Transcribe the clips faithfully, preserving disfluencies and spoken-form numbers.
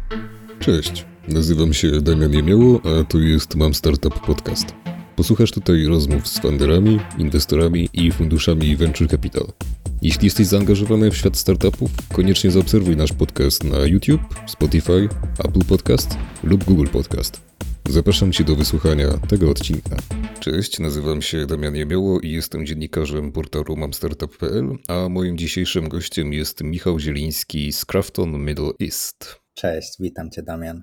Cześć, nazywam się Damian Jemioło, a to jest Mam Startup Podcast. Posłuchasz tutaj rozmów z funderami, inwestorami i funduszami Venture Capital. Jeśli jesteś zaangażowany w świat startupów, koniecznie zaobserwuj nasz podcast na YouTube, Spotify, Apple Podcast lub Google Podcast. Zapraszam Cię do wysłuchania tego odcinka. Cześć, nazywam się Damian Jemioło i jestem dziennikarzem portalu mam startup kropka p l, a moim dzisiejszym gościem jest Michał Zieliński z Krafton Middle East. Cześć, witam Cię, Damian.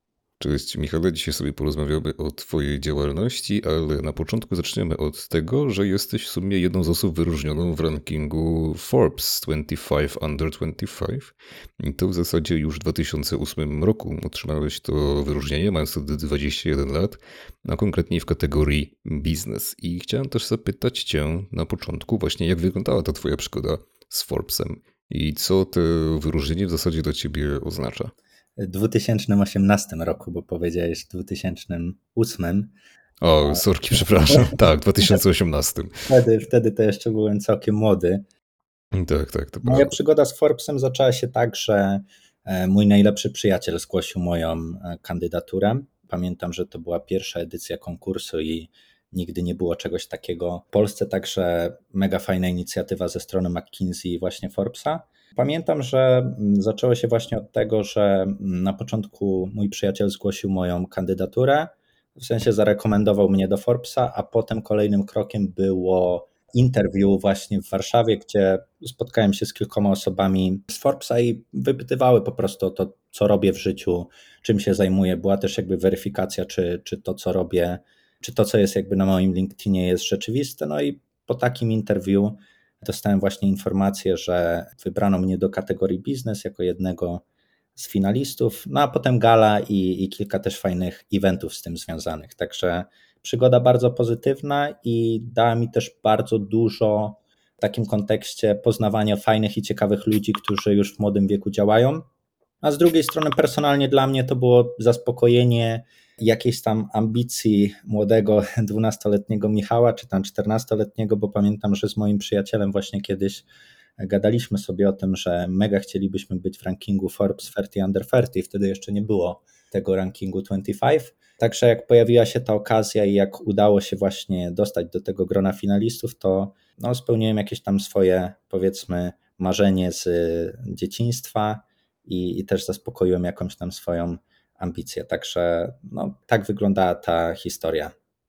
Cześć Michale, dzisiaj sobie porozmawiamy o Twojej działalności, ale na początku zaczniemy od tego, że jesteś w sumie jedną z osób wyróżnioną w rankingu Forbes dwadzieścia pięć under dwadzieścia pięć. I to w zasadzie już w dwa tysiące ósmym roku otrzymałeś to wyróżnienie, mając wtedy dwadzieścia jeden lat, a konkretnie w kategorii biznes. I chciałem też zapytać Cię na początku właśnie, jak wyglądała ta Twoja przygoda z Forbesem i co to wyróżnienie w zasadzie dla Ciebie oznacza? W dwa tysiące osiemnastym roku, bo powiedziałeś w dwa tysiące ósmym. O, sorki, przepraszam. Tak, w dwa tysiące osiemnastym. Wtedy, wtedy to jeszcze byłem całkiem młody. Tak, tak. To Moja prawda. przygoda z Forbesem zaczęła się tak, że mój najlepszy przyjaciel zgłosił moją kandydaturę. Pamiętam, że to była pierwsza edycja konkursu i nigdy nie było czegoś takiego w Polsce, także mega fajna inicjatywa ze strony McKinsey i właśnie Forbesa. Pamiętam, że zaczęło się właśnie od tego, że na początku mój przyjaciel zgłosił moją kandydaturę, w sensie zarekomendował mnie do Forbesa, a potem kolejnym krokiem było interview właśnie w Warszawie, gdzie spotkałem się z kilkoma osobami z Forbesa i wypytywały po prostu o to, co robię w życiu, czym się zajmuję. Była też jakby weryfikacja, czy, czy to, co robię, czy to, co jest jakby na moim LinkedInie jest rzeczywiste. No i po takim interview dostałem właśnie informację, że wybrano mnie do kategorii biznes jako jednego z finalistów, no a potem gala i, i kilka też fajnych eventów z tym związanych. Także przygoda bardzo pozytywna i dała mi też bardzo dużo w takim kontekście poznawania fajnych i ciekawych ludzi, którzy już w młodym wieku działają. A z drugiej strony personalnie dla mnie to było zaspokojenie jakiejś tam ambicji młodego dwunastoletniego Michała, czy tam czternastoletniego, bo pamiętam, że z moim przyjacielem właśnie kiedyś gadaliśmy sobie o tym, że mega chcielibyśmy być w rankingu Forbes trzydzieści under trzydzieści, wtedy jeszcze nie było tego rankingu dwadzieścia pięć, także jak pojawiła się ta okazja i jak udało się właśnie dostać do tego grona finalistów, to no, spełniłem jakieś tam swoje, powiedzmy, marzenie z dzieciństwa i, i też zaspokoiłem jakąś tam swoją ambicje, także no, tak wyglądała ta historia.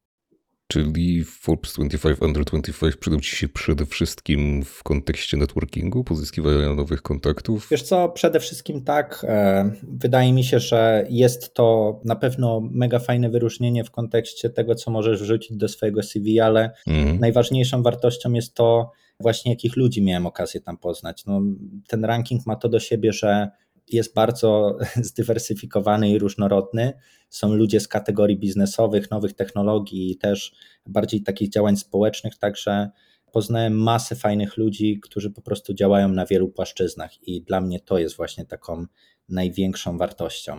Czyli Forbes dwadzieścia pięć under dwadzieścia pięć przydał Ci się przede wszystkim w kontekście networkingu, pozyskiwania nowych kontaktów? Wiesz co, przede wszystkim tak. Wydaje mi się, że jest to na pewno mega fajne wyróżnienie w kontekście tego, co możesz wrzucić do swojego C V, ale mhm. najważniejszą wartością jest to właśnie, jakich ludzi miałem okazję tam poznać. No, ten ranking ma to do siebie, że jest bardzo zdywersyfikowany i różnorodny. Są ludzie z kategorii biznesowych, nowych technologii i też bardziej takich działań społecznych, także poznałem masę fajnych ludzi, którzy po prostu działają na wielu płaszczyznach i dla mnie to jest właśnie taką największą wartością.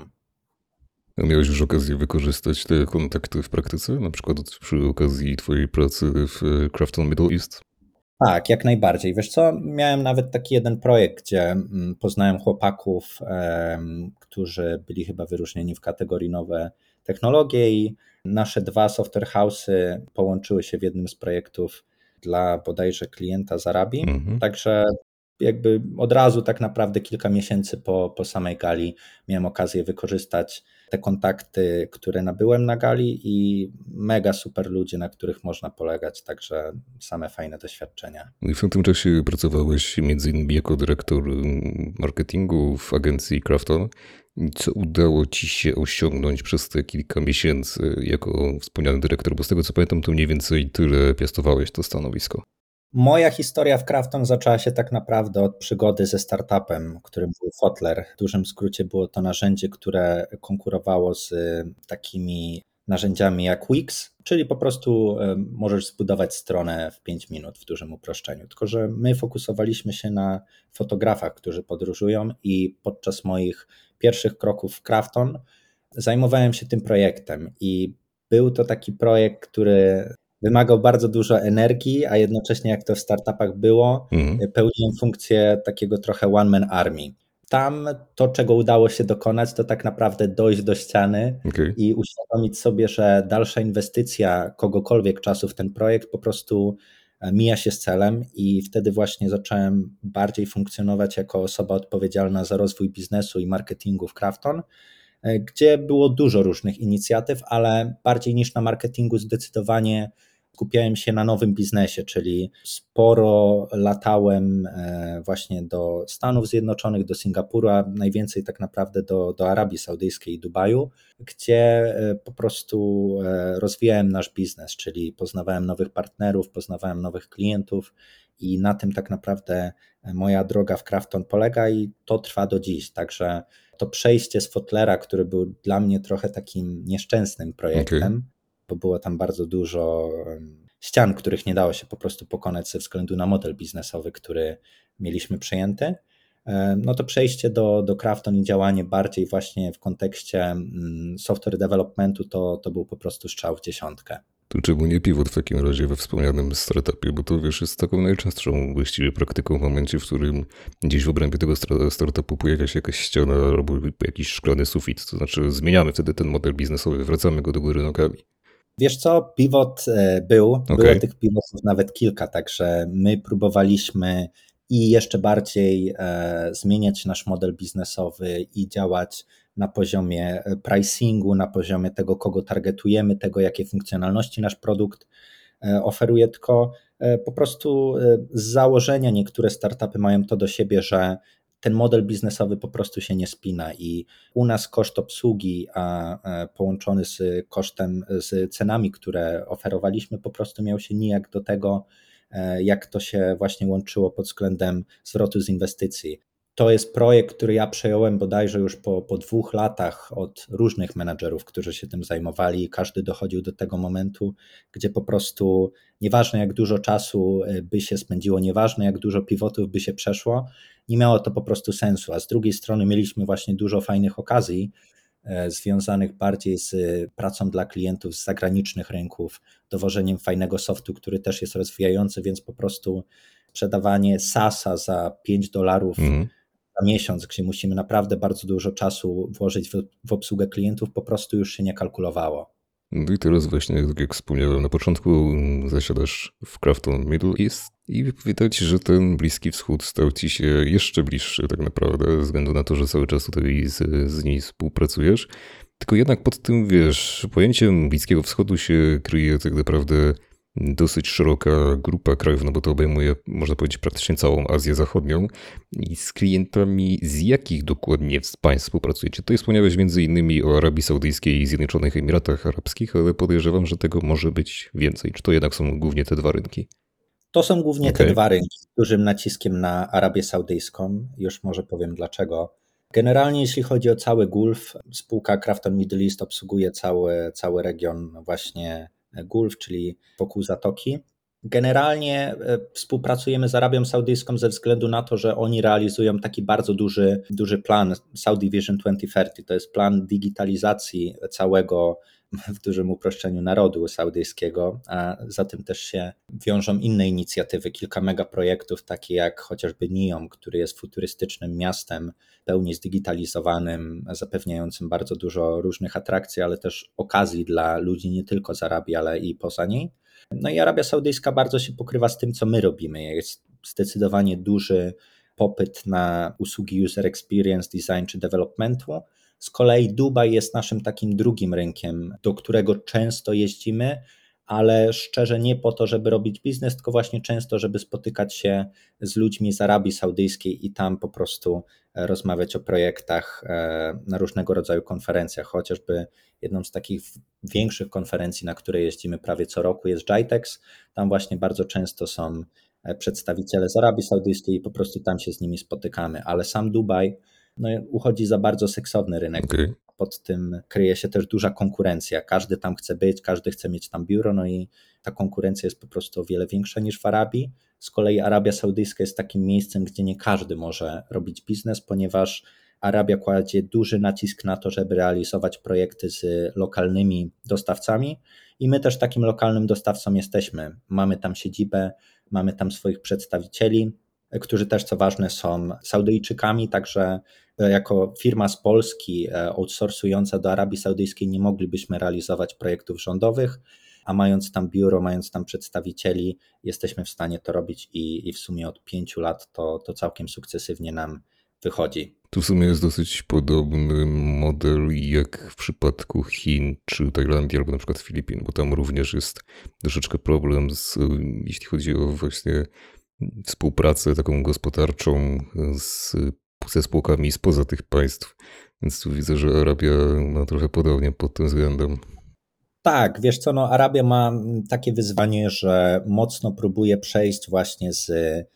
A miałeś już okazję wykorzystać te kontakty w praktyce, na przykład przy okazji Twojej pracy w Krafton Middle East? Tak, jak najbardziej. Wiesz co, miałem nawet taki jeden projekt, gdzie poznałem chłopaków, um, którzy byli chyba wyróżnieni w kategorii nowe technologie i nasze dwa software house'y połączyły się w jednym z projektów dla bodajże klienta z Arabii, mhm. Także jakby od razu tak naprawdę kilka miesięcy po, po samej gali miałem okazję wykorzystać te kontakty, które nabyłem na gali i mega super ludzie, na których można polegać, także same fajne doświadczenia. I w tym czasie pracowałeś między innymi jako dyrektor marketingu w agencji Krafton. Co udało Ci się osiągnąć przez te kilka miesięcy jako wspomniany dyrektor? Bo z tego co pamiętam, to mniej więcej tyle piastowałeś to stanowisko. Moja historia w Krafton zaczęła się tak naprawdę od przygody ze startupem, którym był Fotler. W dużym skrócie było to narzędzie, które konkurowało z takimi narzędziami jak Wix, czyli po prostu możesz zbudować stronę w pięć minut w dużym uproszczeniu. Tylko że my fokusowaliśmy się na fotografach, którzy podróżują i podczas moich pierwszych kroków w Krafton zajmowałem się tym projektem i był to taki projekt, który wymagał bardzo dużo energii, a jednocześnie jak to w startupach było, mhm. pełniłem funkcję takiego trochę one-man army. Tam to, czego udało się dokonać, to tak naprawdę dojść do ściany Okay. i uświadomić sobie, że dalsza inwestycja kogokolwiek czasu w ten projekt po prostu mija się z celem i wtedy właśnie zacząłem bardziej funkcjonować jako osoba odpowiedzialna za rozwój biznesu i marketingu w Krafton, gdzie było dużo różnych inicjatyw, ale bardziej niż na marketingu zdecydowanie skupiałem się na nowym biznesie, czyli sporo latałem właśnie do Stanów Zjednoczonych, do Singapuru, a najwięcej tak naprawdę do, do Arabii Saudyjskiej i Dubaju, gdzie po prostu rozwijałem nasz biznes, czyli poznawałem nowych partnerów, poznawałem nowych klientów i na tym tak naprawdę moja droga w Krafton polega i to trwa do dziś, także to przejście z Fotlera, który był dla mnie trochę takim nieszczęsnym projektem, okay. bo było tam bardzo dużo ścian, których nie dało się po prostu pokonać ze względu na model biznesowy, który mieliśmy przejęty, no to przejście do, do Krafton i działanie bardziej właśnie w kontekście software developmentu to, to był po prostu strzał w dziesiątkę. To czemu nie pivot w takim razie we wspomnianym startupie, bo to wiesz, jest taką najczęstszą właściwie praktyką w momencie, w którym gdzieś w obrębie tego startupu pojawia się jakaś ściana albo jakiś szklany sufit, to znaczy zmieniamy wtedy ten model biznesowy, wracamy go do góry nogami. Wiesz co, pivot był, okay. było tych pivotów nawet kilka, także my próbowaliśmy i jeszcze bardziej e, zmieniać nasz model biznesowy i działać na poziomie pricingu, na poziomie tego, kogo targetujemy, tego, jakie funkcjonalności nasz produkt e, oferuje, tylko e, po prostu e, z założenia niektóre startupy mają to do siebie, że ten model biznesowy po prostu się nie spina i u nas koszt obsługi, a połączony z kosztem, z cenami, które oferowaliśmy, po prostu miał się nijak do tego, jak to się właśnie łączyło pod względem zwrotu z inwestycji. To jest projekt, który ja przejąłem bodajże już po, po dwóch latach od różnych menadżerów, którzy się tym zajmowali. Każdy dochodził do tego momentu, gdzie po prostu nieważne jak dużo czasu by się spędziło, nieważne jak dużo pivotów by się przeszło, nie miało to po prostu sensu, a z drugiej strony mieliśmy właśnie dużo fajnych okazji związanych bardziej z pracą dla klientów z zagranicznych rynków, dowożeniem fajnego softu, który też jest rozwijający, więc po prostu sprzedawanie SaaS-a za pięć dolarów mm. na miesiąc, gdzie musimy naprawdę bardzo dużo czasu włożyć w, w obsługę klientów, po prostu już się nie kalkulowało. No i teraz właśnie, tak jak wspomniałem na początku, zasiadasz w Krafton Middle East i widać, że ten Bliski Wschód stał ci się jeszcze bliższy tak naprawdę, ze względu na to, że cały czas tutaj z, z niej współpracujesz. Tylko jednak pod tym, wiesz, pojęciem Bliskiego Wschodu się kryje tak naprawdę dosyć szeroka grupa krajów, no bo to obejmuje, można powiedzieć, praktycznie całą Azję Zachodnią. I z klientami z jakich dokładnie państw współpracujecie? Tutaj wspomniałeś między innymi o Arabii Saudyjskiej i Zjednoczonych Emiratach Arabskich, ale podejrzewam, że tego może być więcej. Czy to jednak są głównie te dwa rynki? To są głównie okay. te dwa rynki, z dużym naciskiem na Arabię Saudyjską. Już może powiem dlaczego. Generalnie jeśli chodzi o cały Gulf, spółka Krafton Middle East obsługuje cały, cały region właśnie Gulf, czyli wokół Zatoki. Generalnie współpracujemy z Arabią Saudyjską ze względu na to, że oni realizują taki bardzo duży, duży plan Saudi Vision dwa tysiące trzydzieści. To jest plan digitalizacji całego, w dużym uproszczeniu, narodu saudyjskiego, a za tym też się wiążą inne inicjatywy, kilka megaprojektów, takie jak chociażby NEOM, który jest futurystycznym miastem pełni zdigitalizowanym, zapewniającym bardzo dużo różnych atrakcji, ale też okazji dla ludzi nie tylko z Arabii, ale i poza niej. No i Arabia Saudyjska bardzo się pokrywa z tym, co my robimy. Jest zdecydowanie duży popyt na usługi user experience, design czy developmentu. Z kolei Dubaj jest naszym takim drugim rynkiem, do którego często jeździmy, ale szczerze nie po to, żeby robić biznes, tylko właśnie często, żeby spotykać się z ludźmi z Arabii Saudyjskiej i tam po prostu rozmawiać o projektach na różnego rodzaju konferencjach. Chociażby jedną z takich większych konferencji, na które jeździmy prawie co roku, jest JITEX. Tam właśnie bardzo często są przedstawiciele z Arabii Saudyjskiej i po prostu tam się z nimi spotykamy, ale sam Dubaj no, uchodzi za bardzo seksowny rynek. Okay. Pod tym kryje się też duża konkurencja. Każdy tam chce być, każdy chce mieć tam biuro, no i ta konkurencja jest po prostu o wiele większa niż w Arabii. Z kolei Arabia Saudyjska jest takim miejscem, gdzie nie każdy może robić biznes, ponieważ Arabia kładzie duży nacisk na to, żeby realizować projekty z lokalnymi dostawcami i my też takim lokalnym dostawcą jesteśmy. Mamy tam siedzibę, mamy tam swoich przedstawicieli. którzy też, co ważne, są Saudyjczykami, także jako firma z Polski outsourcująca do Arabii Saudyjskiej nie moglibyśmy realizować projektów rządowych, a mając tam biuro, mając tam przedstawicieli, jesteśmy w stanie to robić i, i w sumie od pięciu lat to, to całkiem sukcesywnie nam wychodzi. Tu w sumie jest dosyć podobny model jak w przypadku Chin czy Tajlandii albo na przykład Filipin, bo tam również jest troszeczkę problem z, jeśli chodzi o właśnie współpracę taką gospodarczą z, ze spółkami spoza tych państw, więc tu widzę, że Arabia ma trochę podobnie pod tym względem. Tak, wiesz co, no Arabia ma takie wyzwanie, że mocno próbuje przejść właśnie z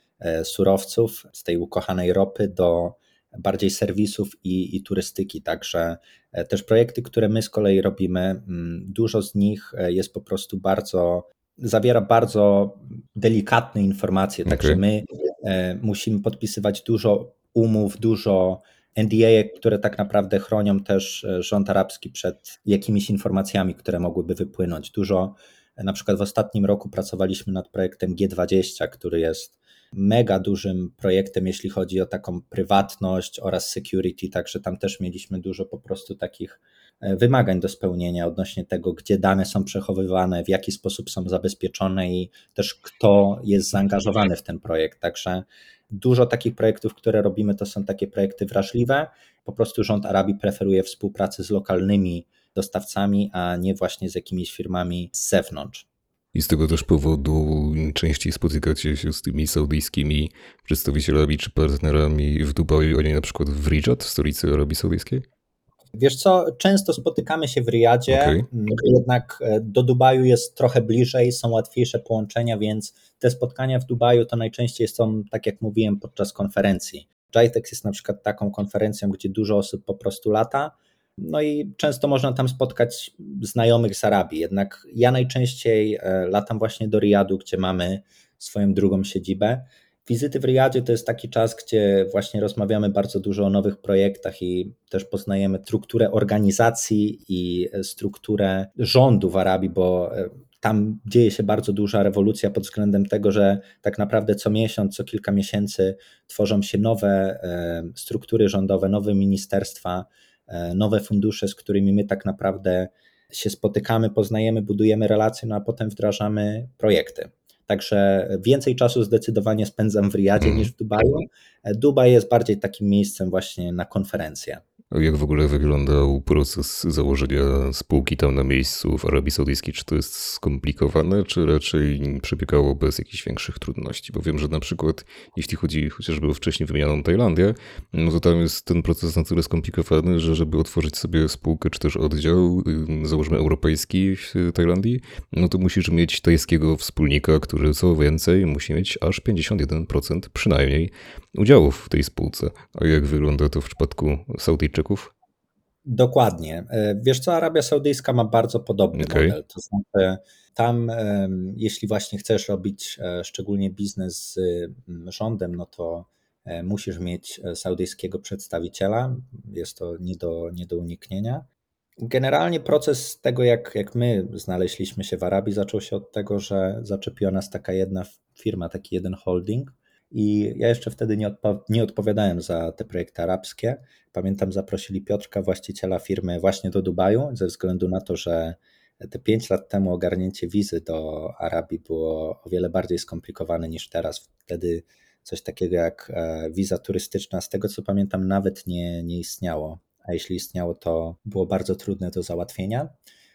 surowców, z tej ukochanej ropy do bardziej serwisów i, i turystyki, także też projekty, które my z kolei robimy, dużo z nich jest po prostu bardzo, zawiera bardzo delikatne informacje, Okay. także my musimy podpisywać dużo umów, dużo N D A, które tak naprawdę chronią też rząd arabski przed jakimiś informacjami, które mogłyby wypłynąć. Dużo, na przykład w ostatnim roku pracowaliśmy nad projektem G dwadzieścia, który jest mega dużym projektem, jeśli chodzi o taką prywatność oraz security, także tam też mieliśmy dużo po prostu takich wymagań do spełnienia odnośnie tego, gdzie dane są przechowywane, w jaki sposób są zabezpieczone i też kto jest zaangażowany w ten projekt, także dużo takich projektów, które robimy, to są takie projekty wrażliwe. Po prostu rząd Arabii preferuje współpracę z lokalnymi dostawcami, a nie właśnie z jakimiś firmami z zewnątrz. I z tego też powodu częściej spotykacie się z tymi saudyjskimi przedstawicielami czy partnerami w Dubaju, a nie na przykład w Ridżad, stolicy Arabii Saudyjskiej? Wiesz co, często spotykamy się w Rijadzie, okay. Jednak do Dubaju jest trochę bliżej, są łatwiejsze połączenia, więc te spotkania w Dubaju to najczęściej są, tak jak mówiłem, podczas konferencji. GITEX jest na przykład taką konferencją, gdzie dużo osób po prostu lata, no i często można tam spotkać znajomych z Arabii, jednak ja najczęściej latam właśnie do Rijadu, gdzie mamy swoją drugą siedzibę. Wizyty w Rijadzie to jest taki czas, gdzie właśnie rozmawiamy bardzo dużo o nowych projektach i też poznajemy strukturę organizacji i strukturę rządu w Arabii, bo tam dzieje się bardzo duża rewolucja pod względem tego, że tak naprawdę co miesiąc, co kilka miesięcy tworzą się nowe struktury rządowe, nowe ministerstwa, nowe fundusze, z którymi my tak naprawdę się spotykamy, poznajemy, budujemy relacje, no a potem wdrażamy projekty. Także więcej czasu zdecydowanie spędzam w Rijadzie mm. niż w Dubaju. Dubaj jest bardziej takim miejscem właśnie na konferencje. A jak w ogóle wyglądał proces założenia spółki tam na miejscu w Arabii Saudyjskiej? Czy to jest skomplikowane, czy raczej przebiegało bez jakichś większych trudności? Bo wiem, że na przykład jeśli chodzi chociażby o wcześniej wymienioną Tajlandię, no to tam jest ten proces na tyle skomplikowany, że żeby otworzyć sobie spółkę czy też oddział, załóżmy europejski w Tajlandii, no to musisz mieć tajskiego wspólnika, który co więcej musi mieć aż pięćdziesiąt jeden procent przynajmniej udziałów w tej spółce. A jak wygląda to w przypadku Saudyjczyków? Dokładnie. Wiesz co, Arabia Saudyjska ma bardzo podobny okay. model. To znaczy tam, jeśli właśnie chcesz robić szczególnie biznes z rządem, no to musisz mieć saudyjskiego przedstawiciela. Jest to nie do, nie do uniknienia. Generalnie proces tego, jak, jak my znaleźliśmy się w Arabii, zaczął się od tego, że zaczepiła nas taka jedna firma, taki jeden holding. I ja jeszcze wtedy nie, odpo- nie odpowiadałem za te projekty arabskie. Pamiętam, zaprosili Piotrka, właściciela firmy, właśnie do Dubaju, ze względu na to, że te pięć lat temu ogarnięcie wizy do Arabii było o wiele bardziej skomplikowane niż teraz. Wtedy coś takiego jak wiza turystyczna, z tego co pamiętam, nawet nie, nie istniało. A jeśli istniało, to było bardzo trudne do załatwienia.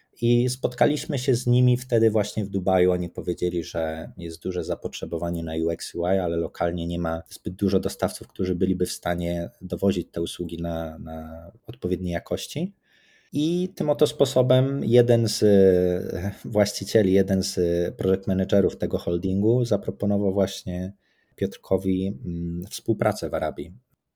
I spotkaliśmy się z nimi wtedy właśnie w Dubaju. Oni powiedzieli, że jest duże zapotrzebowanie na U X U I, ale lokalnie nie ma zbyt dużo dostawców, którzy byliby w stanie dowozić te usługi na, na odpowiedniej jakości. I tym oto sposobem jeden z właścicieli, jeden z project managerów tego holdingu zaproponował właśnie Piotrkowi współpracę w Arabii.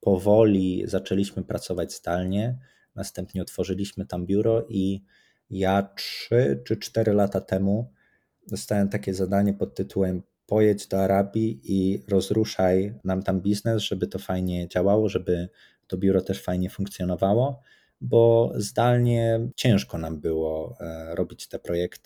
Powoli zaczęliśmy pracować zdalnie, następnie otworzyliśmy tam biuro i ja trzy czy cztery lata temu dostałem takie zadanie pod tytułem pojedź do Arabii i rozruszaj nam tam biznes, żeby to fajnie działało, żeby to biuro też fajnie funkcjonowało, bo zdalnie ciężko nam było robić te projekty.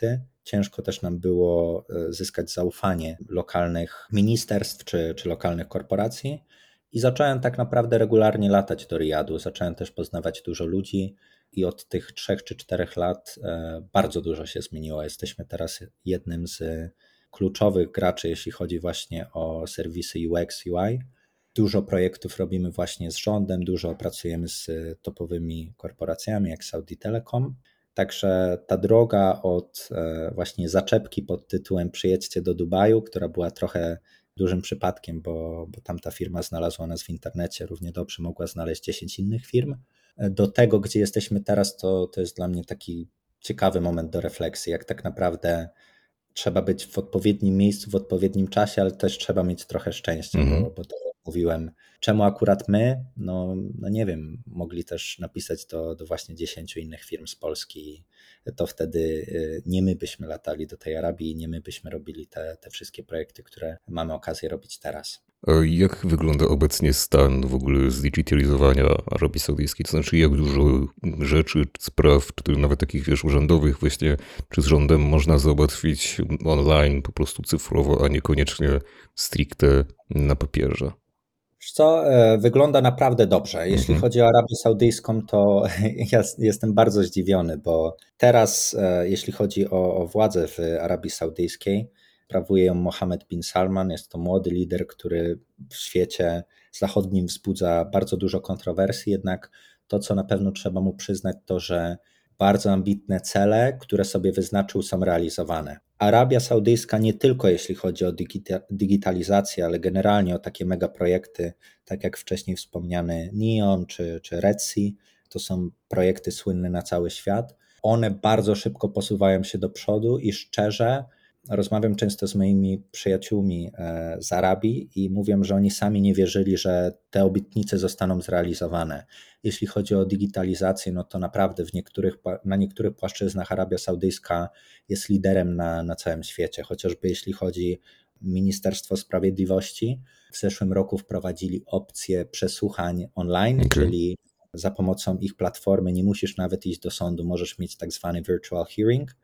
ciężko też nam było zyskać zaufanie lokalnych ministerstw czy, czy lokalnych korporacji i zacząłem tak naprawdę regularnie latać do Riyadu, zacząłem też poznawać dużo ludzi i od tych trzech czy czterech lat bardzo dużo się zmieniło. Jesteśmy teraz jednym z kluczowych graczy, jeśli chodzi właśnie o serwisy U X, U I. Dużo projektów robimy właśnie z rządem, dużo pracujemy z topowymi korporacjami jak Saudi Telecom. Także ta droga od właśnie zaczepki pod tytułem przyjedźcie do Dubaju, która była trochę dużym przypadkiem, bo, bo tamta firma znalazła nas w internecie, równie dobrze mogła znaleźć dziesięć innych firm, do tego, gdzie jesteśmy teraz, to, to jest dla mnie taki ciekawy moment do refleksji, jak tak naprawdę trzeba być w odpowiednim miejscu, w odpowiednim czasie, ale też trzeba mieć trochę szczęścia, Mhm. bo, bo to jak mówiłem, czemu akurat my? No, no nie wiem, mogli też napisać do, do właśnie dziesięciu innych firm z Polski, to wtedy nie my byśmy latali do tej Arabii i nie my byśmy robili te, te wszystkie projekty, które mamy okazję robić teraz. A jak wygląda obecnie stan w ogóle zdigitalizowania Arabii Saudyjskiej? To znaczy, jak dużo rzeczy, spraw, czy nawet takich, wiesz, urzędowych właśnie, czy z rządem można załatwić online, po prostu cyfrowo, a niekoniecznie stricte na papierze? Wiesz co, wygląda naprawdę dobrze. Jeśli Mhm. chodzi o Arabię Saudyjską, to ja jestem bardzo zdziwiony, bo teraz, jeśli chodzi o, o władzę w Arabii Saudyjskiej, sprawuje ją Mohammed bin Salman. Jest to młody lider, który w świecie zachodnim wzbudza bardzo dużo kontrowersji, jednak to, co na pewno trzeba mu przyznać, to że bardzo ambitne cele, które sobie wyznaczył, są realizowane. Arabia Saudyjska nie tylko jeśli chodzi o digita- digitalizację, ale generalnie o takie megaprojekty, tak jak wcześniej wspomniany NEOM czy, czy Red Sea, to są projekty słynne na cały świat. One bardzo szybko posuwają się do przodu i szczerze rozmawiam często z moimi przyjaciółmi z Arabii i mówią, że oni sami nie wierzyli, że te obietnice zostaną zrealizowane. Jeśli chodzi o digitalizację, no to naprawdę w niektórych, na niektórych płaszczyznach Arabia Saudyjska jest liderem na, na całym świecie, chociażby jeśli chodzi o Ministerstwo Sprawiedliwości. W zeszłym roku wprowadzili opcję przesłuchań online, Okay. czyli za pomocą ich platformy nie musisz nawet iść do sądu, możesz mieć tak zwany virtual hearing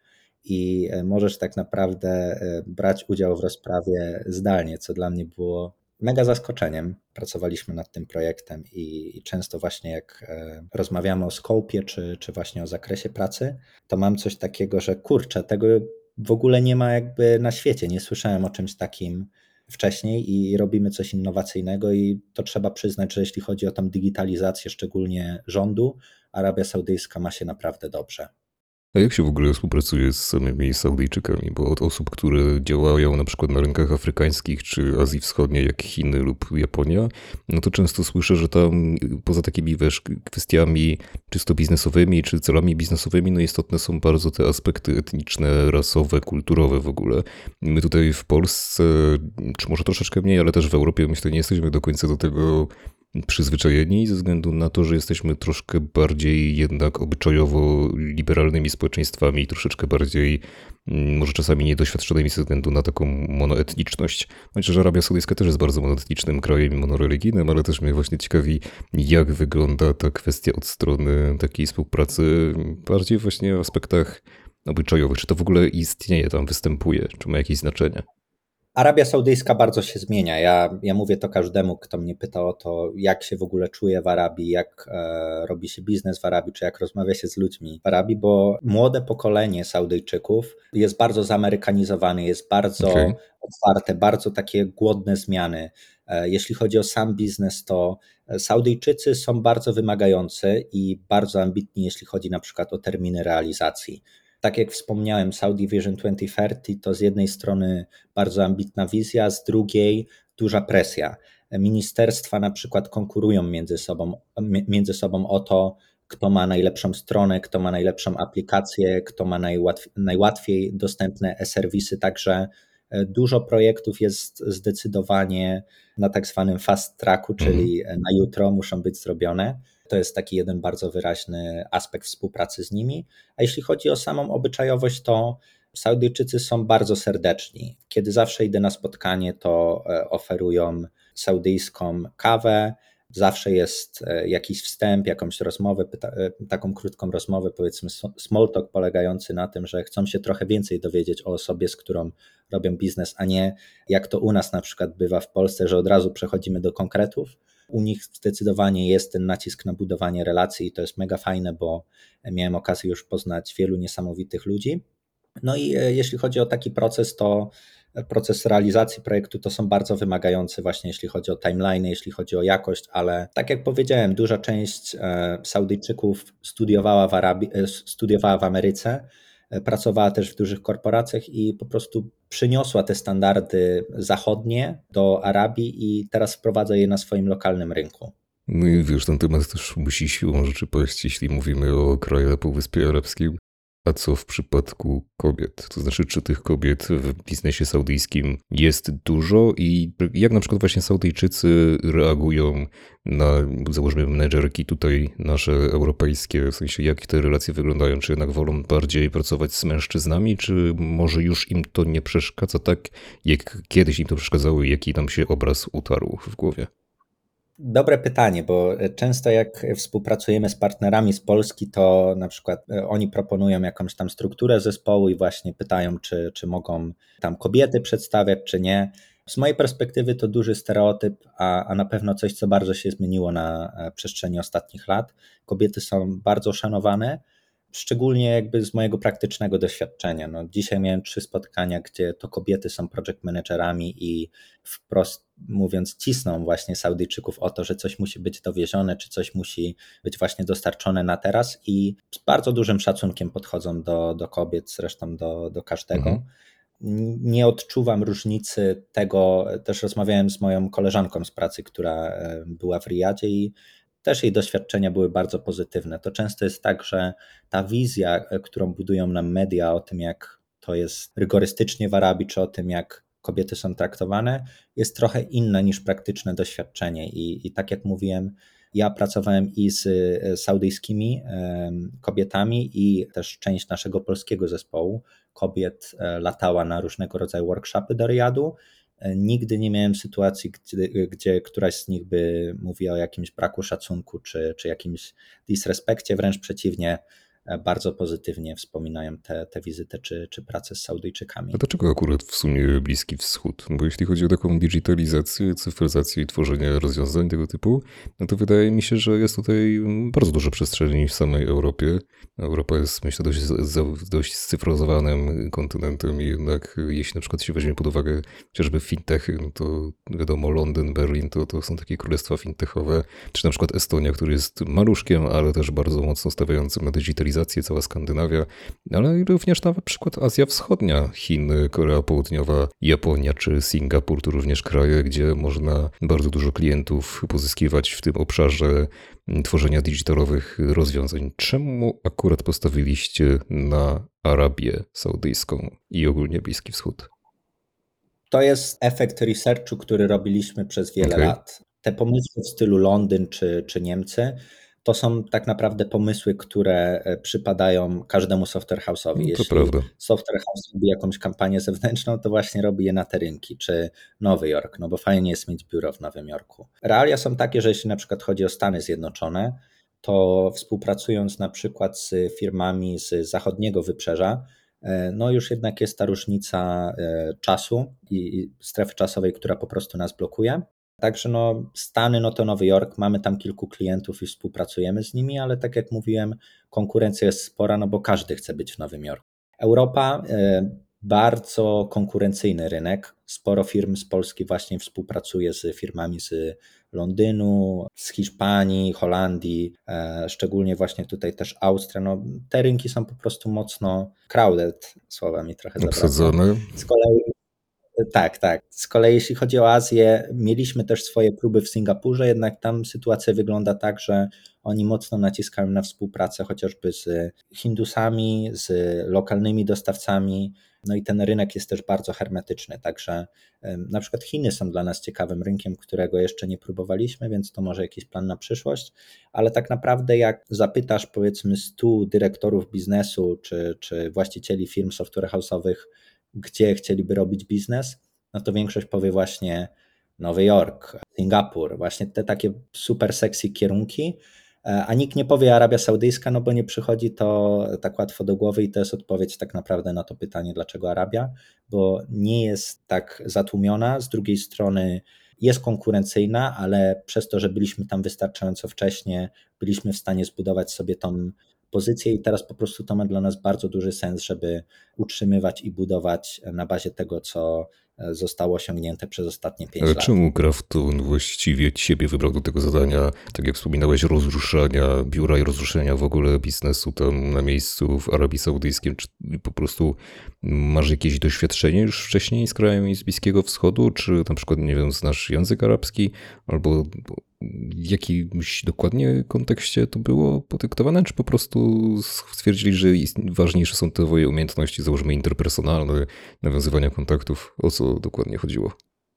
i możesz tak naprawdę brać udział w rozprawie zdalnie, co dla mnie było mega zaskoczeniem. Pracowaliśmy nad tym projektem i, i często właśnie jak rozmawiamy o skopie czy, czy właśnie o zakresie pracy, to mam coś takiego, że kurczę, tego w ogóle nie ma jakby na świecie, nie słyszałem o czymś takim wcześniej i robimy coś innowacyjnego i to trzeba przyznać, że jeśli chodzi o tam digitalizację, szczególnie rządu, Arabia Saudyjska ma się naprawdę dobrze. A jak się w ogóle współpracuje z samymi Saudyjczykami? Bo od osób, które działają na przykład na rynkach afrykańskich czy Azji Wschodniej, jak Chiny lub Japonia, no to często słyszę, że tam poza takimi, wiesz, kwestiami czysto biznesowymi czy celami biznesowymi, no istotne są bardzo te aspekty etniczne, rasowe, kulturowe w ogóle. My tutaj w Polsce, czy może troszeczkę mniej, ale też w Europie, myślę, nie jesteśmy do końca do tego przyzwyczajeni ze względu na to, że jesteśmy troszkę bardziej jednak obyczajowo liberalnymi społeczeństwami, troszeczkę bardziej może czasami niedoświadczonymi ze względu na taką monoetniczność. Chociaż Arabia Saudyjska też jest bardzo monoetnicznym krajem, monoreligijnym, ale też mnie właśnie ciekawi, jak wygląda ta kwestia od strony takiej współpracy bardziej właśnie w aspektach obyczajowych. Czy to w ogóle istnieje, tam występuje, czy ma jakieś znaczenie? Arabia Saudyjska bardzo się zmienia. Ja, ja mówię to każdemu, kto mnie pyta o to, jak się w ogóle czuje w Arabii, jak e, robi się biznes w Arabii, czy jak rozmawia się z ludźmi w Arabii, bo młode pokolenie Saudyjczyków jest bardzo zamerykanizowane, jest bardzo okay. otwarte, bardzo takie głodne zmiany. E, jeśli chodzi o sam biznes, to Saudyjczycy są bardzo wymagający i bardzo ambitni, jeśli chodzi na przykład o terminy realizacji. Tak jak wspomniałem, Saudi Vision dwa tysiące trzydzieści to z jednej strony bardzo ambitna wizja, z drugiej duża presja. Ministerstwa na przykład konkurują między sobą, między sobą o to, kto ma najlepszą stronę, kto ma najlepszą aplikację, kto ma najłatwiej, najłatwiej dostępne e-serwisy, także dużo projektów jest zdecydowanie na tak zwanym fast tracku, czyli na jutro muszą być zrobione. To jest taki jeden bardzo wyraźny aspekt współpracy z nimi. A jeśli chodzi o samą obyczajowość, to Saudyjczycy są bardzo serdeczni. Kiedy zawsze idę na spotkanie, to oferują saudyjską kawę, Zawsze jest jakiś wstęp, jakąś rozmowę, taką krótką rozmowę, powiedzmy small talk polegający na tym, że chcą się trochę więcej dowiedzieć o osobie, z którą robią biznes, a nie jak to u nas na przykład bywa w Polsce, że od razu przechodzimy do konkretów. U nich zdecydowanie jest ten nacisk na budowanie relacji i to jest mega fajne, bo miałem okazję już poznać wielu niesamowitych ludzi. No i jeśli chodzi o taki proces, to proces realizacji projektu to są bardzo wymagające właśnie jeśli chodzi o timeline, jeśli chodzi o jakość, ale tak jak powiedziałem, duża część Saudyjczyków studiowała w, Arabii, studiowała w Ameryce, pracowała też w dużych korporacjach i po prostu przyniosła te standardy zachodnie do Arabii i teraz wprowadza je na swoim lokalnym rynku. No i wiesz, ten temat też musi siłą rzeczy paść, jeśli mówimy o kraju na Półwyspie Arabskim. A co w przypadku kobiet? To znaczy, czy tych kobiet w biznesie saudyjskim jest dużo i jak na przykład właśnie Saudyjczycy reagują na, załóżmy, menedżerki tutaj nasze europejskie, w sensie jak te relacje wyglądają? Czy jednak wolą bardziej pracować z mężczyznami, czy może już im to nie przeszkadza tak, jak kiedyś im to przeszkadzało i jaki nam się obraz utarł w głowie? Dobre pytanie, bo często jak współpracujemy z partnerami z Polski, to na przykład oni proponują jakąś tam strukturę zespołu i właśnie pytają, czy, czy mogą tam kobiety przedstawiać, czy nie. Z mojej perspektywy to duży stereotyp, a, a na pewno coś, co bardzo się zmieniło na przestrzeni ostatnich lat. Kobiety są bardzo szanowane, szczególnie jakby z mojego praktycznego doświadczenia. No, dzisiaj miałem trzy spotkania, gdzie to kobiety są project managerami i wprost mówiąc cisną właśnie Saudyjczyków o to, że coś musi być dowiezione, czy coś musi być właśnie dostarczone na teraz i z bardzo dużym szacunkiem podchodzą do, do kobiet, zresztą do, do każdego. Mhm. Nie odczuwam różnicy tego, też rozmawiałem z moją koleżanką z pracy, która była w Riyadzie i też jej doświadczenia były bardzo pozytywne. To często jest tak, że ta wizja, którą budują nam media o tym, jak to jest rygorystycznie w Arabii, czy o tym, jak kobiety są traktowane, jest trochę inna niż praktyczne doświadczenie. I, i tak jak mówiłem, ja pracowałem i z saudyjskimi kobietami i też część naszego polskiego zespołu kobiet latała na różnego rodzaju workshopy do Riyadu. Nigdy nie miałem sytuacji, gdzie, gdzie któraś z nich by mówiła o jakimś braku szacunku czy, czy jakimś disrespekcie, wręcz przeciwnie, bardzo pozytywnie wspominają te, te wizyty czy, czy pracę z Saudyjczykami. A dlaczego akurat w sumie Bliski Wschód? Bo jeśli chodzi o taką digitalizację, cyfryzację i tworzenie rozwiązań tego typu, no to wydaje mi się, że jest tutaj bardzo dużo przestrzeni w samej Europie. Europa jest, myślę, dość, dość scyfryzowanym kontynentem i jednak jeśli na przykład się weźmie pod uwagę chociażby fintechy, no to wiadomo Londyn, Berlin to, to są takie królestwa fintechowe, czy na przykład Estonia, który jest maluszkiem, ale też bardzo mocno stawiającym na digitalizację, cała Skandynawia, ale również na przykład Azja Wschodnia, Chiny, Korea Południowa, Japonia czy Singapur, to również kraje, gdzie można bardzo dużo klientów pozyskiwać w tym obszarze tworzenia digitalowych rozwiązań. Czemu akurat postawiliście na Arabię Saudyjską i ogólnie Bliski Wschód? To jest efekt researchu, który robiliśmy przez wiele okay. lat. Te pomysły w stylu Londyn czy, czy Niemcy to są tak naprawdę pomysły, które przypadają każdemu software house'owi. No to Jeśli prawda. software house robi jakąś kampanię zewnętrzną, to właśnie robi je na te rynki, czy Nowy Jork, no bo fajnie jest mieć biuro w Nowym Jorku. Realia są takie, że jeśli na przykład chodzi o Stany Zjednoczone, to współpracując na przykład z firmami z zachodniego wybrzeża, no już jednak jest ta różnica czasu i strefy czasowej, która po prostu nas blokuje. Także no Stany, no to Nowy Jork, mamy tam kilku klientów i współpracujemy z nimi, ale tak jak mówiłem, konkurencja jest spora, no bo każdy chce być w Nowym Jorku. Europa, bardzo konkurencyjny rynek, sporo firm z Polski właśnie współpracuje z firmami z Londynu, z Hiszpanii, Holandii, szczególnie właśnie tutaj też Austria. No, te rynki są po prostu mocno crowded, słowa mi trochę zabrakło. Obsadzone. Z kolei Tak, tak. Z kolei jeśli chodzi o Azję, mieliśmy też swoje próby w Singapurze, jednak tam sytuacja wygląda tak, że oni mocno naciskają na współpracę chociażby z Hindusami, z lokalnymi dostawcami, no i ten rynek jest też bardzo hermetyczny, także na przykład Chiny są dla nas ciekawym rynkiem, którego jeszcze nie próbowaliśmy, więc to może jakiś plan na przyszłość, ale tak naprawdę jak zapytasz powiedzmy stu dyrektorów biznesu czy, czy właścicieli firm software house'owych, gdzie chcieliby robić biznes, no to większość powie właśnie Nowy Jork, Singapur, właśnie te takie super sexy kierunki, a nikt nie powie Arabia Saudyjska, no bo nie przychodzi to tak łatwo do głowy i to jest odpowiedź tak naprawdę na to pytanie, dlaczego Arabia, bo nie jest tak zatłumiona, z drugiej strony jest konkurencyjna, ale przez to, że byliśmy tam wystarczająco wcześnie, byliśmy w stanie zbudować sobie tą pozycję i teraz po prostu to ma dla nas bardzo duży sens, żeby utrzymywać i budować na bazie tego, co zostało osiągnięte przez ostatnie pięć Ale lat. czemu Krafton właściwie ciebie wybrał do tego zadania? Tak jak wspominałeś, rozruszania biura i rozruszenia w ogóle biznesu tam na miejscu w Arabii Saudyjskiej. Czy po prostu masz jakieś doświadczenie już wcześniej z krajami z Bliskiego Wschodu? Czy na przykład, nie wiem, znasz język arabski? Albo w jakimś dokładnie kontekście to było podyktowane? Czy po prostu stwierdzili, że ważniejsze są te twoje umiejętności, załóżmy interpersonalne, nawiązywania kontaktów? O co dokładnie chodziło?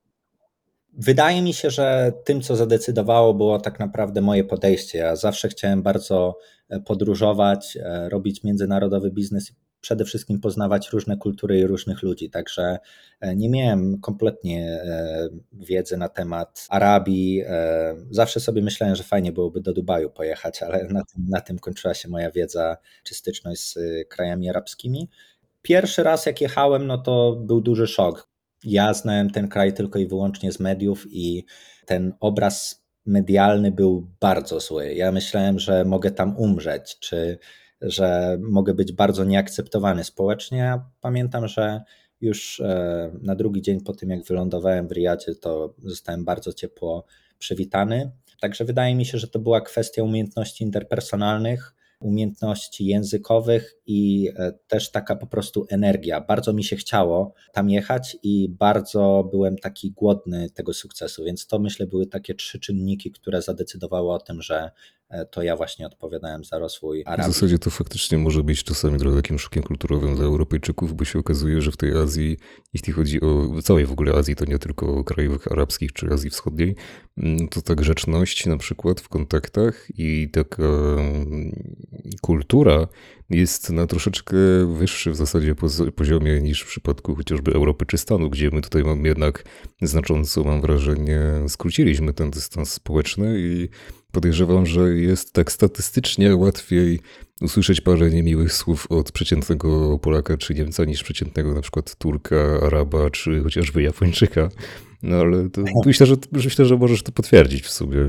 Wydaje mi się, że tym, co zadecydowało, było tak naprawdę moje podejście. Ja zawsze chciałem bardzo podróżować, robić międzynarodowy biznes, przede wszystkim poznawać różne kultury i różnych ludzi. Także nie miałem kompletnie wiedzy na temat Arabii. Zawsze sobie myślałem, że fajnie byłoby do Dubaju pojechać, ale na tym, na tym kończyła się moja wiedza czy styczność z krajami arabskimi. Pierwszy raz jak jechałem, no to był duży szok. Ja znałem ten kraj tylko i wyłącznie z mediów i ten obraz medialny był bardzo zły. Ja myślałem, że mogę tam umrzeć, czy że mogę być bardzo nieakceptowany społecznie. Ja pamiętam, że już na drugi dzień po tym, jak wylądowałem w Riyadzie, to zostałem bardzo ciepło przywitany. Także wydaje mi się, że to była kwestia umiejętności interpersonalnych, umiejętności językowych i też taka po prostu energia. Bardzo mi się chciało tam jechać i bardzo byłem taki głodny tego sukcesu, więc to myślę były takie trzy czynniki, które zadecydowały o tym, że to ja właśnie odpowiadałem za rozwój Arabii. W zasadzie to faktycznie może być czasami trochę takim szokiem kulturowym dla Europejczyków, bo się okazuje, że w tej Azji, jeśli chodzi o w całej w ogóle Azji, to nie tylko o krajach arabskich czy Azji Wschodniej, to ta grzeczność na przykład w kontaktach i taka kultura jest na troszeczkę wyższy w zasadzie poziomie niż w przypadku chociażby Europy czy Stanów, gdzie my tutaj mamy jednak znacząco, mam wrażenie, skróciliśmy ten dystans społeczny i podejrzewam, że jest tak statystycznie łatwiej usłyszeć parę niemiłych słów od przeciętnego Polaka czy Niemca niż przeciętnego na przykład Turka, Araba czy chociażby Japończyka. No ale to myślę, że, myślę, że możesz to potwierdzić w sobie.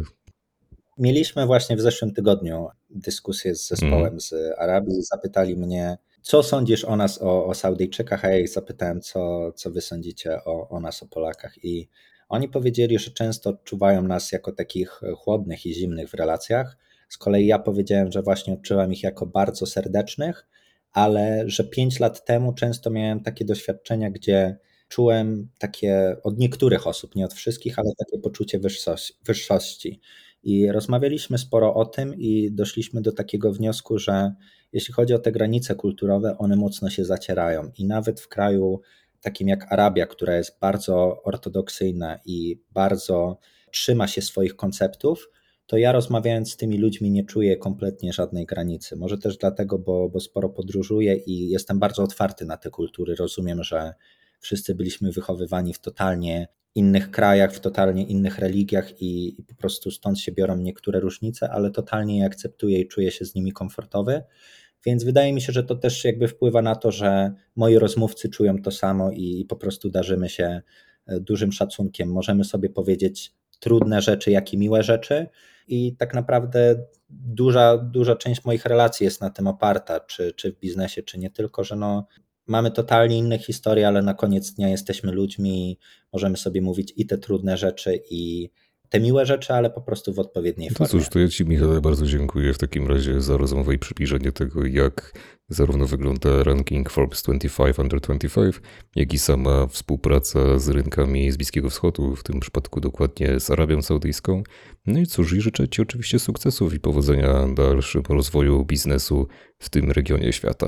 Mieliśmy właśnie w zeszłym tygodniu dyskusję z zespołem mm. z Arabii. Zapytali mnie, co sądzisz o nas, o, o Saudyjczykach, a ja ich zapytałem, co, co wy sądzicie o, o nas, o Polakach. I oni powiedzieli, że często odczuwają nas jako takich chłodnych i zimnych w relacjach. Z kolei ja powiedziałem, że właśnie odczuwam ich jako bardzo serdecznych, ale że pięć lat temu często miałem takie doświadczenia, gdzie czułem takie od niektórych osób, nie od wszystkich, ale takie poczucie wyższości. I rozmawialiśmy sporo o tym i doszliśmy do takiego wniosku, że jeśli chodzi o te granice kulturowe, one mocno się zacierają i nawet w kraju takim jak Arabia, która jest bardzo ortodoksyjna i bardzo trzyma się swoich konceptów, to ja rozmawiając z tymi ludźmi nie czuję kompletnie żadnej granicy. Może też dlatego, bo, bo sporo podróżuję i jestem bardzo otwarty na te kultury. Rozumiem, że wszyscy byliśmy wychowywani w totalnie innych krajach, w totalnie innych religiach i, i po prostu stąd się biorą niektóre różnice, ale totalnie je akceptuję i czuję się z nimi komfortowy. Więc wydaje mi się, że to też jakby wpływa na to, że moi rozmówcy czują to samo i po prostu darzymy się dużym szacunkiem. Możemy sobie powiedzieć trudne rzeczy, jak i miłe rzeczy i tak naprawdę duża, duża część moich relacji jest na tym oparta, czy, czy w biznesie, czy nie tylko, że no, mamy totalnie inne historie, ale na koniec dnia jesteśmy ludźmi, możemy sobie mówić i te trudne rzeczy, i te miłe rzeczy, ale po prostu w odpowiedniej to formie. Cóż, to ja Ci, Michale, bardzo dziękuję w takim razie za rozmowę i przybliżenie tego, jak zarówno wygląda ranking Forbes dwadzieścia pięć under dwadzieścia pięć, jak i sama współpraca z rynkami z Bliskiego Wschodu, w tym przypadku dokładnie z Arabią Saudyjską. No i cóż, i życzę Ci oczywiście sukcesów i powodzenia w dalszym rozwoju biznesu w tym regionie świata.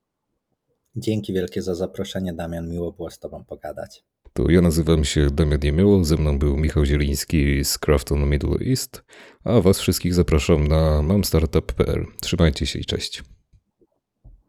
Dzięki wielkie za zaproszenie, Damian. Miło było z Tobą pogadać. To ja nazywam się Damian Jemioło, ze mną był Michał Zieliński z Krafton Middle East, a Was wszystkich zapraszam na mam startup kropka p l. Trzymajcie się i cześć.